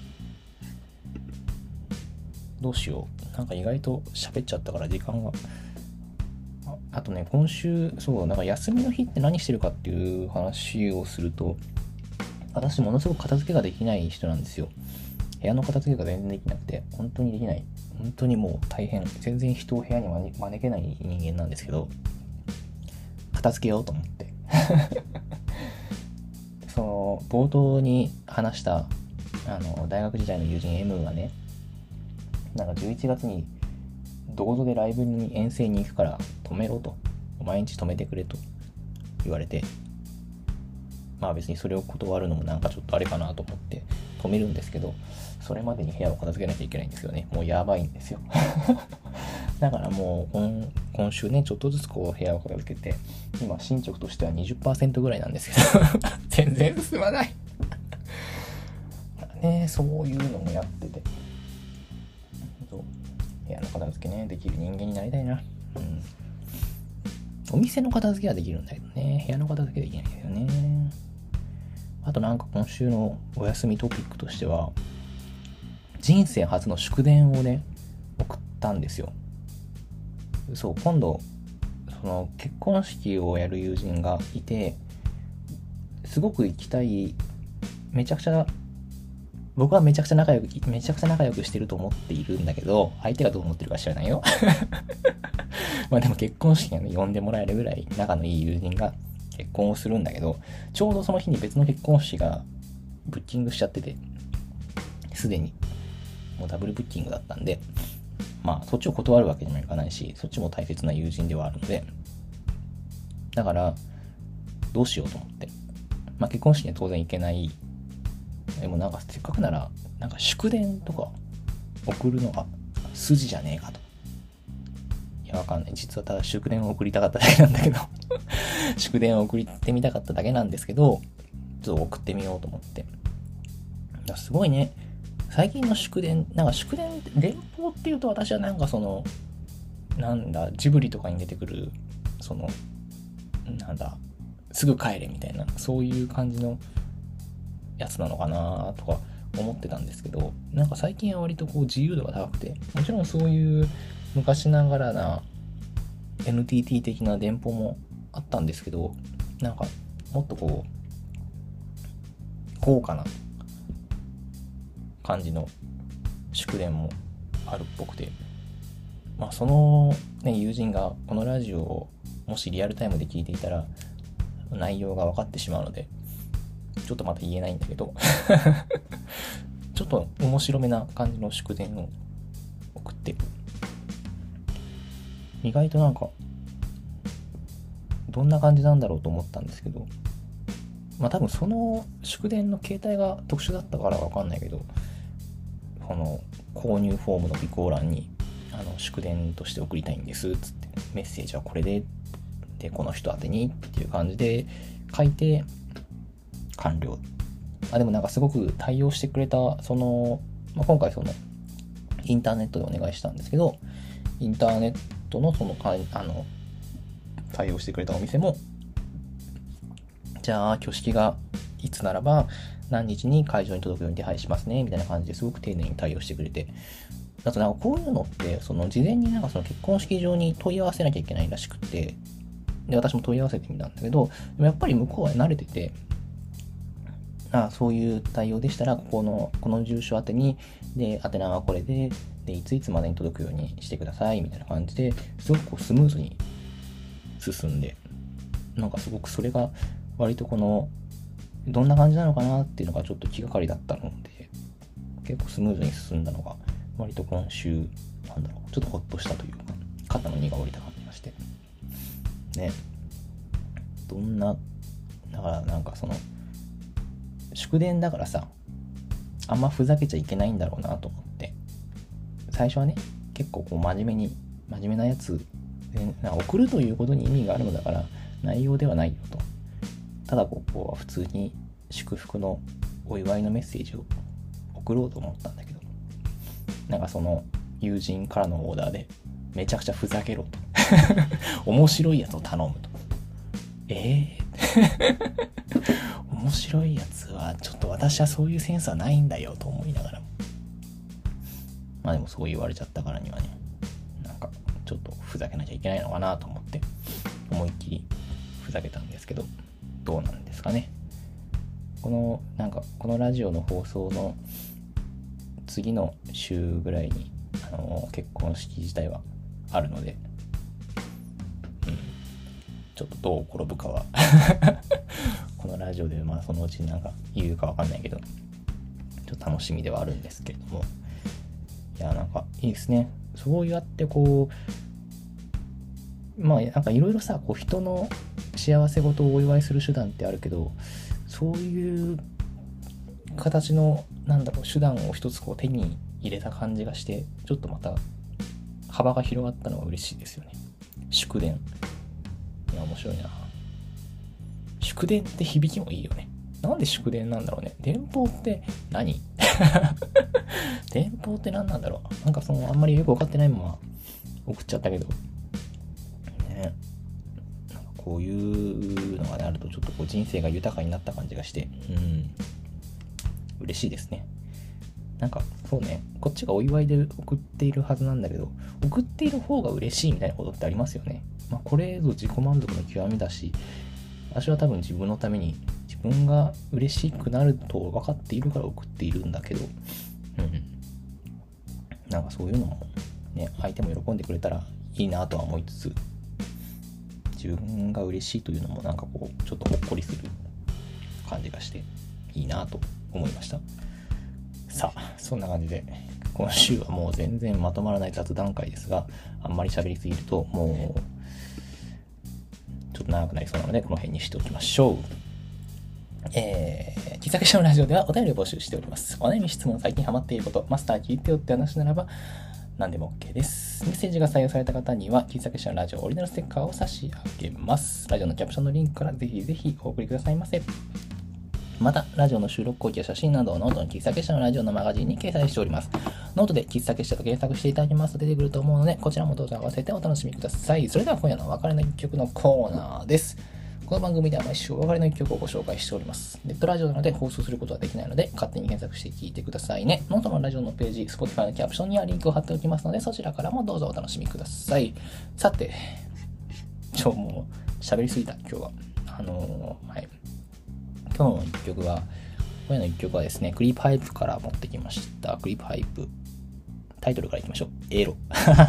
どうしよう。なんか意外と喋っちゃったから時間が。あ, あとね、今週、そう、なんか休みの日って何してるかっていう話をすると、私ものすごく片付けができない人なんですよ。部屋の片付けが全然できなくて、本当にできない。本当にもう大変。全然人を部屋に招けない人間なんですけど、片付けようと思って。その、冒頭に話した、あの、大学時代の友人 M がね、なんかじゅういちがつに、どこぞでライブに遠征に行くから止めろと。毎日止めてくれと言われて、まあ別にそれを断るのもなんかちょっとあれかなと思って止めるんですけど、それまでに部屋を片付けなきゃいけないんですよね。もうやばいんですよ。だからもう 今, 今週ね、ちょっとずつこう部屋を片付けて、今進捗としては にじゅっパーセント ぐらいなんですけど、全然進まない。ね、そういうのもやってて、そう部屋の片付けね、できる人間になりたいな。うん。お店の片付けはできるんだけどね、部屋の片付けできないんだよね。あとなんか今週のお休みトピックとしては、人生初の祝電をね、送ったんですよ。そう、今度、その結婚式をやる友人がいて、すごく行きたい、めちゃくちゃ、僕はめちゃくちゃ仲良く、めちゃくちゃ仲良くしてると思っているんだけど、相手がどう思ってるか知らないよ。まあでも結婚式に呼んでもらえるぐらい仲のいい友人が結婚をするんだけど、ちょうどその日に別の結婚式がブッキングしちゃってて、すでにもうダブルブッキングだったんで、まあそっちを断るわけにもいかないし、そっちも大切な友人ではあるので、だからどうしようと思って、まあ結婚式には当然行けない。でもなんかせっかくならなんか祝電とか送るのが筋じゃねえかと。いやわかんない。実はただ祝電を送りたかっただけなんだけど祝電を送ってみたかっただけなんですけど、ちょっと送ってみようと思って。すごいね。最近の祝電、なんか祝電、電報っていうと私はなんかその、なんだ、ジブリとかに出てくる、その、なんだ、すぐ帰れみたいな、そういう感じのやつなのかなとか思ってたんですけど、なんか最近は割とこう自由度が高くて、もちろんそういう昔ながらな エヌティーティー 的な電報もあったんですけど、なんかもっとこう豪華な感じの祝電もあるっぽくて、まあそのね友人がこのラジオをもしリアルタイムで聞いていたら内容が分かってしまうので、ちょっとまた言えないんだけどちょっと面白めな感じの祝電を送って意外となんかどんな感じなんだろうと思ったんですけど、まあ多分その祝電の形態が特殊だったからわかんないけど、この購入フォームの備考欄にあの祝電として送りたいんですっつって、メッセージはこれででこの人宛てにっていう感じで書いて完了。あでもなんかすごく対応してくれた、その、まあ、今回そのインターネットでお願いしたんですけど、インターネットのそのあの対応してくれたお店も、じゃあ挙式がいつならば何日に会場に届くように手配しますねみたいな感じですごく丁寧に対応してくれて、あとなんかこういうのってその事前になんかその結婚式場に問い合わせなきゃいけないらしくて、で私も問い合わせてみたんだけど、でもやっぱり向こうは慣れてて、あそういう対応でしたらここのこの住所宛てにで宛名はこれででいついつまでに届くようにしてくださいみたいな感じですごくこうスムーズに進んで、なんかすごくそれが割とこのどんな感じなのかなっていうのがちょっと気がかりだったので、結構スムーズに進んだのが割と今週なんだろうちょっとホッとしたというか、肩の荷が下りた感じがしてね。どんなだからなんかその祝電だからさ、あんまふざけちゃいけないんだろうなと思って、最初はね結構こう真面目に真面目なやつで送るということに意味があるのだから内容ではないよと、ただここは普通に祝福のお祝いのメッセージを送ろうと思ったんだけど、なんかその友人からのオーダーでめちゃくちゃふざけろと面白いやつを頼むと、えー面白いやつはちょっと私はそういうセンスはないんだよと思いながらも、まあでもそう言われちゃったからにはね、なんかちょっとふざけなきゃいけないのかなと思って思いっきりふざけたんですけど、どうなんですかね。このなんかこのラジオの放送の次の週ぐらいにあの結婚式自体はあるので、うん、ちょっとどう転ぶかはこのラジオでまあそのうちなんか言うかわかんないけど、ちょっと楽しみではあるんですけれども、いやなんかいいですね。そうやってこうまあなんかいろいろさ、こう人の幸せ事をお祝いする手段ってあるけど、そういう形のなんだろう手段を一つこう手に入れた感じがして、ちょっとまた幅が広がったのが嬉しいですよね。祝電、いや面白いな。祝電って響きもいいよね。なんで祝電なんだろうね。電報って何電報って何なんだろう。なんかそのあんまりよく分かってないまま送っちゃったけどね。なんかこういうのがあるとちょっとこう人生が豊かになった感じがして、うん嬉しいですね。なんかそうね、こっちがお祝いで送っているはずなんだけど、送っている方が嬉しいみたいなことってありますよね。まあこれぞ自己満足の極みだし、私は多分自分のために自分が嬉しくなると分かっているから送っているんだけど、うん、なんかそういうのもね、相手も喜んでくれたらいいなとは思いつつ、自分が嬉しいというのもなんかこうちょっとほっこりする感じがしていいなと思いました。さあそんな感じで今週はもう全然まとまらない雑談会ですが、あんまり喋りすぎるともうちょっと長くなりそうなのでこの辺にしておきましょう。えー、喫茶結社のラジオではお便りを募集しております。お悩み、質問、最近ハマっていること、マスター聞いてよって話ならば何でも OK です。メッセージが採用された方には喫茶結社のラジオオリジナルステッカーを差し上げます。ラジオのキャプションのリンクからぜひぜひお送りくださいませ。また、ラジオの収録後期や写真などをノートの喫茶結社のラジオのマガジンに掲載しております。ノートで喫茶結社と検索していただきますと出てくると思うので、こちらもどうぞ合わせてお楽しみください。それでは今夜のお別れの一曲のコーナーです。この番組では毎週お別れの一曲をご紹介しております。ネットラジオなので放送することはできないので、勝手に検索して聞いてくださいね。ノートのラジオのページ、Spotify のキャプションにはリンクを貼っておきますので、そちらからもどうぞお楽しみください。さて、ちょ、もう喋りすぎた、今日は。あのー、はい。今日の一曲は、今夜の一曲はですね、クリープハイプから持ってきました。クリープハイプ。タイトルからいきましょう。エロ。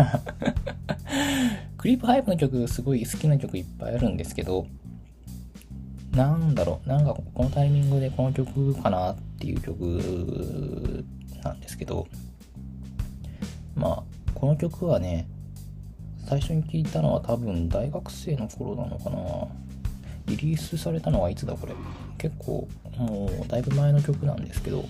クリープハイプの曲、すごい好きな曲いっぱいあるんですけど、なんだろう、なんかこのタイミングでこの曲かなっていう曲なんですけど、まあ、この曲はね、 最初に聞いたのは多分大学生の頃なのかな。リリースされたのはいつだこれ。結構もうだいぶ前の曲なんですけど、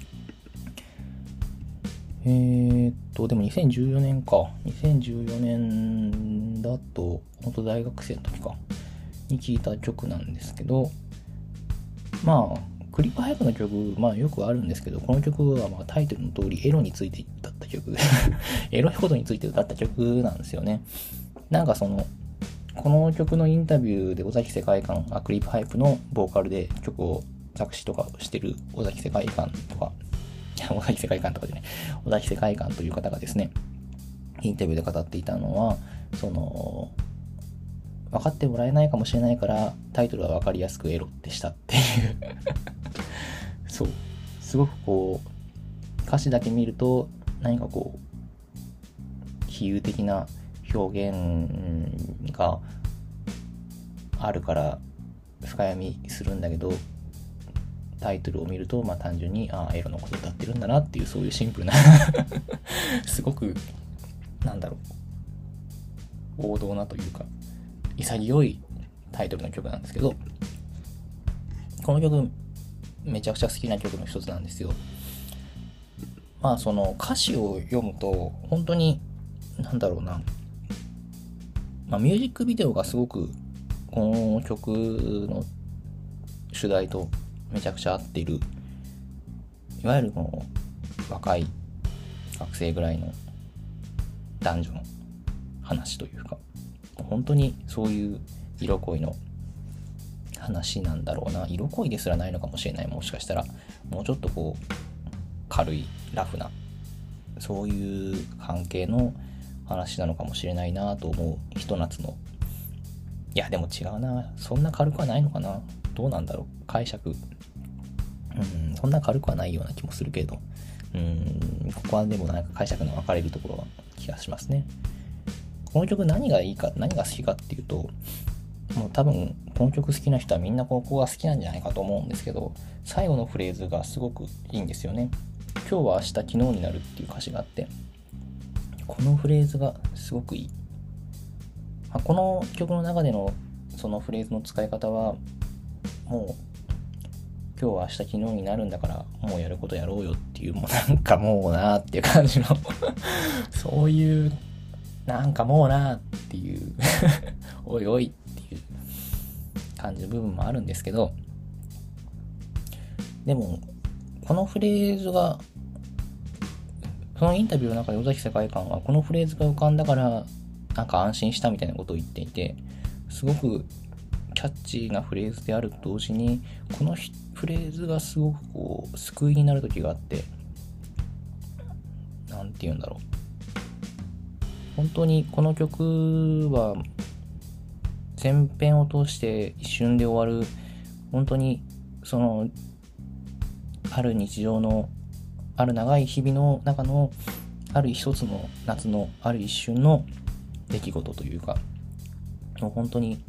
えーっとでもにせんじゅうよねんか。にせんじゅうよねんだと本当大学生の時かに聴いた曲なんですけど、まあクリップハイプの曲、まあよくあるんですけど、この曲はまあタイトルの通りエロについて歌った曲エロいことについて歌った曲なんですよね。なんかそのこの曲のインタビューで尾崎世界観、あクリップハイプのボーカルで曲を作詞とかをしてる尾崎世界観とか尾崎世界観とかでね尾崎世界観という方がですね、インタビューで語っていたのは、その分かってもらえないかもしれないからタイトルは分かりやすくエロってしたっていうそう、すごくこう歌詞だけ見ると何かこう比喩的な表現があるから深読みするんだけど、タイトルを見るとまあ単純にああエロのこと歌ってるんだなっていう、そういうシンプルなすごくなんだろう王道なというか潔いタイトルの曲なんですけど、この曲めちゃくちゃ好きな曲の一つなんですよ。まあその歌詞を読むと本当になんだろうな、まあ、ミュージックビデオがすごくこの曲の主題とめちゃくちゃ合っている、いわゆるこの若い学生ぐらいの男女の話というか、本当にそういう色恋の話なんだろうな。色恋ですらないのかもしれない。もしかしたらもうちょっとこう軽いラフなそういう関係の話なのかもしれないなと思う。ひと夏の、いやでも違うな、そんな軽くはないのかな。どうなんだろう、解釈、うんそんな軽くはないような気もするけど、うんここはでもなんか解釈の分かれるところは気がしますね。この曲何がいいか、何が好きかっていうと、もう多分この曲好きな人はみんなここが好きなんじゃないかと思うんですけど、最後のフレーズがすごくいいんですよね。今日は明日昨日になるっていう歌詞があって、このフレーズがすごくいい。この曲の中でのそのフレーズの使い方は、もう今日は明日昨日になるんだからもうやることやろうよっていう、もうなんかもうなーっていう感じのそういうなんかもうなーっていうおいおいっていう感じの部分もあるんですけど、でもこのフレーズが、そのインタビューの中で尾崎世界観はこのフレーズが浮かんだからなんか安心したみたいなことを言っていて、すごくキャッチーなフレーズであると同時に、このフレーズがすごくこう救いになる時があって、なんて言うんだろう、本当にこの曲は全編を通して一瞬で終わる、本当にそのある日常のある長い日々の中のある一つの夏のある一瞬の出来事というか、もう本当に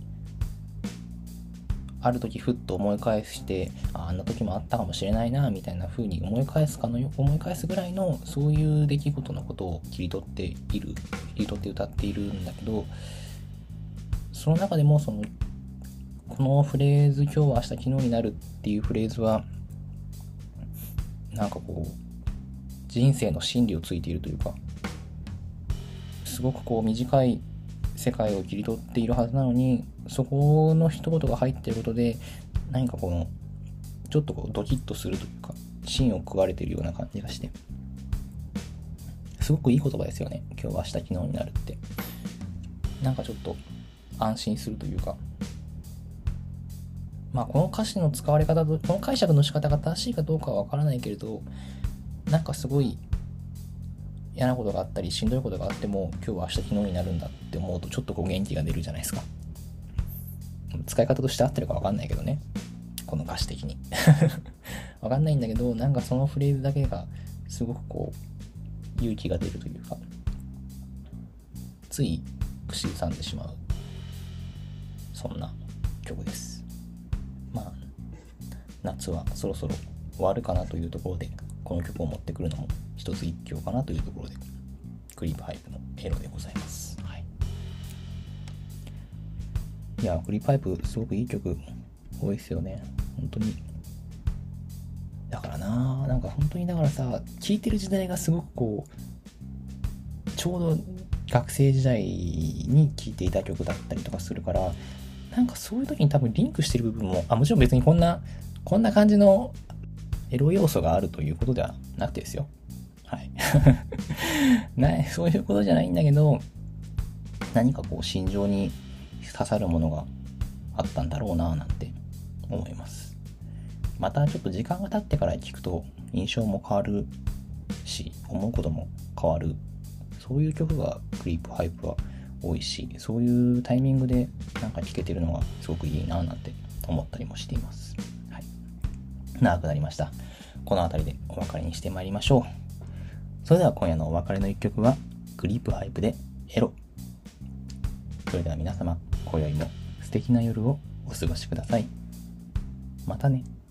ある時ふっと思い返して、 あ, あんな時もあったかもしれないなみたいな風に思い返すかのよ思い返すぐらいのそういう出来事のことを切り取っている切り取って歌っているんだけど、その中でもそのこのフレーズ、今日は明日昨日になるっていうフレーズはなんかこう人生の真理をついているというか、すごくこう短い世界を切り取っているはずなのに、そこの一言が入っていることで何かこのちょっとこうドキッとするというか、芯を食われているような感じがして、すごくいい言葉ですよね。今日は明日昨日になるって、なんかちょっと安心するというか、まあこの歌詞の使われ方とこの解釈の仕方が正しいかどうかはわからないけれど、なんかすごい嫌なことがあったりしんどいことがあっても、今日は明日昨日になるんだって思うとちょっとこう元気が出るじゃないですか。使い方として合ってるか分かんないけどね、この歌詞的に分かんないんだけど、なんかそのフレーズだけがすごくこう勇気が出るというか、つい口ずさんでしまう、そんな曲です。まあ夏はそろそろ終わるかなというところで、この曲を持ってくるのも一つ一興かなというところで、クリープハイプのエロでございます。はい、 いや、クリープハイプすごくいい曲多いですよね。本当に。だからな、なんか本当にだからさ、聴いてる時代がすごくこう、ちょうど学生時代に聴いていた曲だったりとかするから、なんかそういう時に多分リンクしてる部分も、あ、もちろん別にこんな、こんな感じのエロ要素があるということではなくてですよ。はい。なそういうことじゃないんだけど、何かこう心情に刺さるものがあったんだろうなぁなんて思います。またちょっと時間が経ってから聞くと印象も変わるし、思うことも変わる。そういう曲がクリープハイプは多いし、そういうタイミングでなんか聴けてるのがすごくいいなぁなんて思ったりもしています。はい。長くなりました。この辺りでお別れにしてまいりましょう。それでは今夜のお別れの一曲はクリープハイプでエロ。それでは皆様、今宵も素敵な夜をお過ごしください。またね。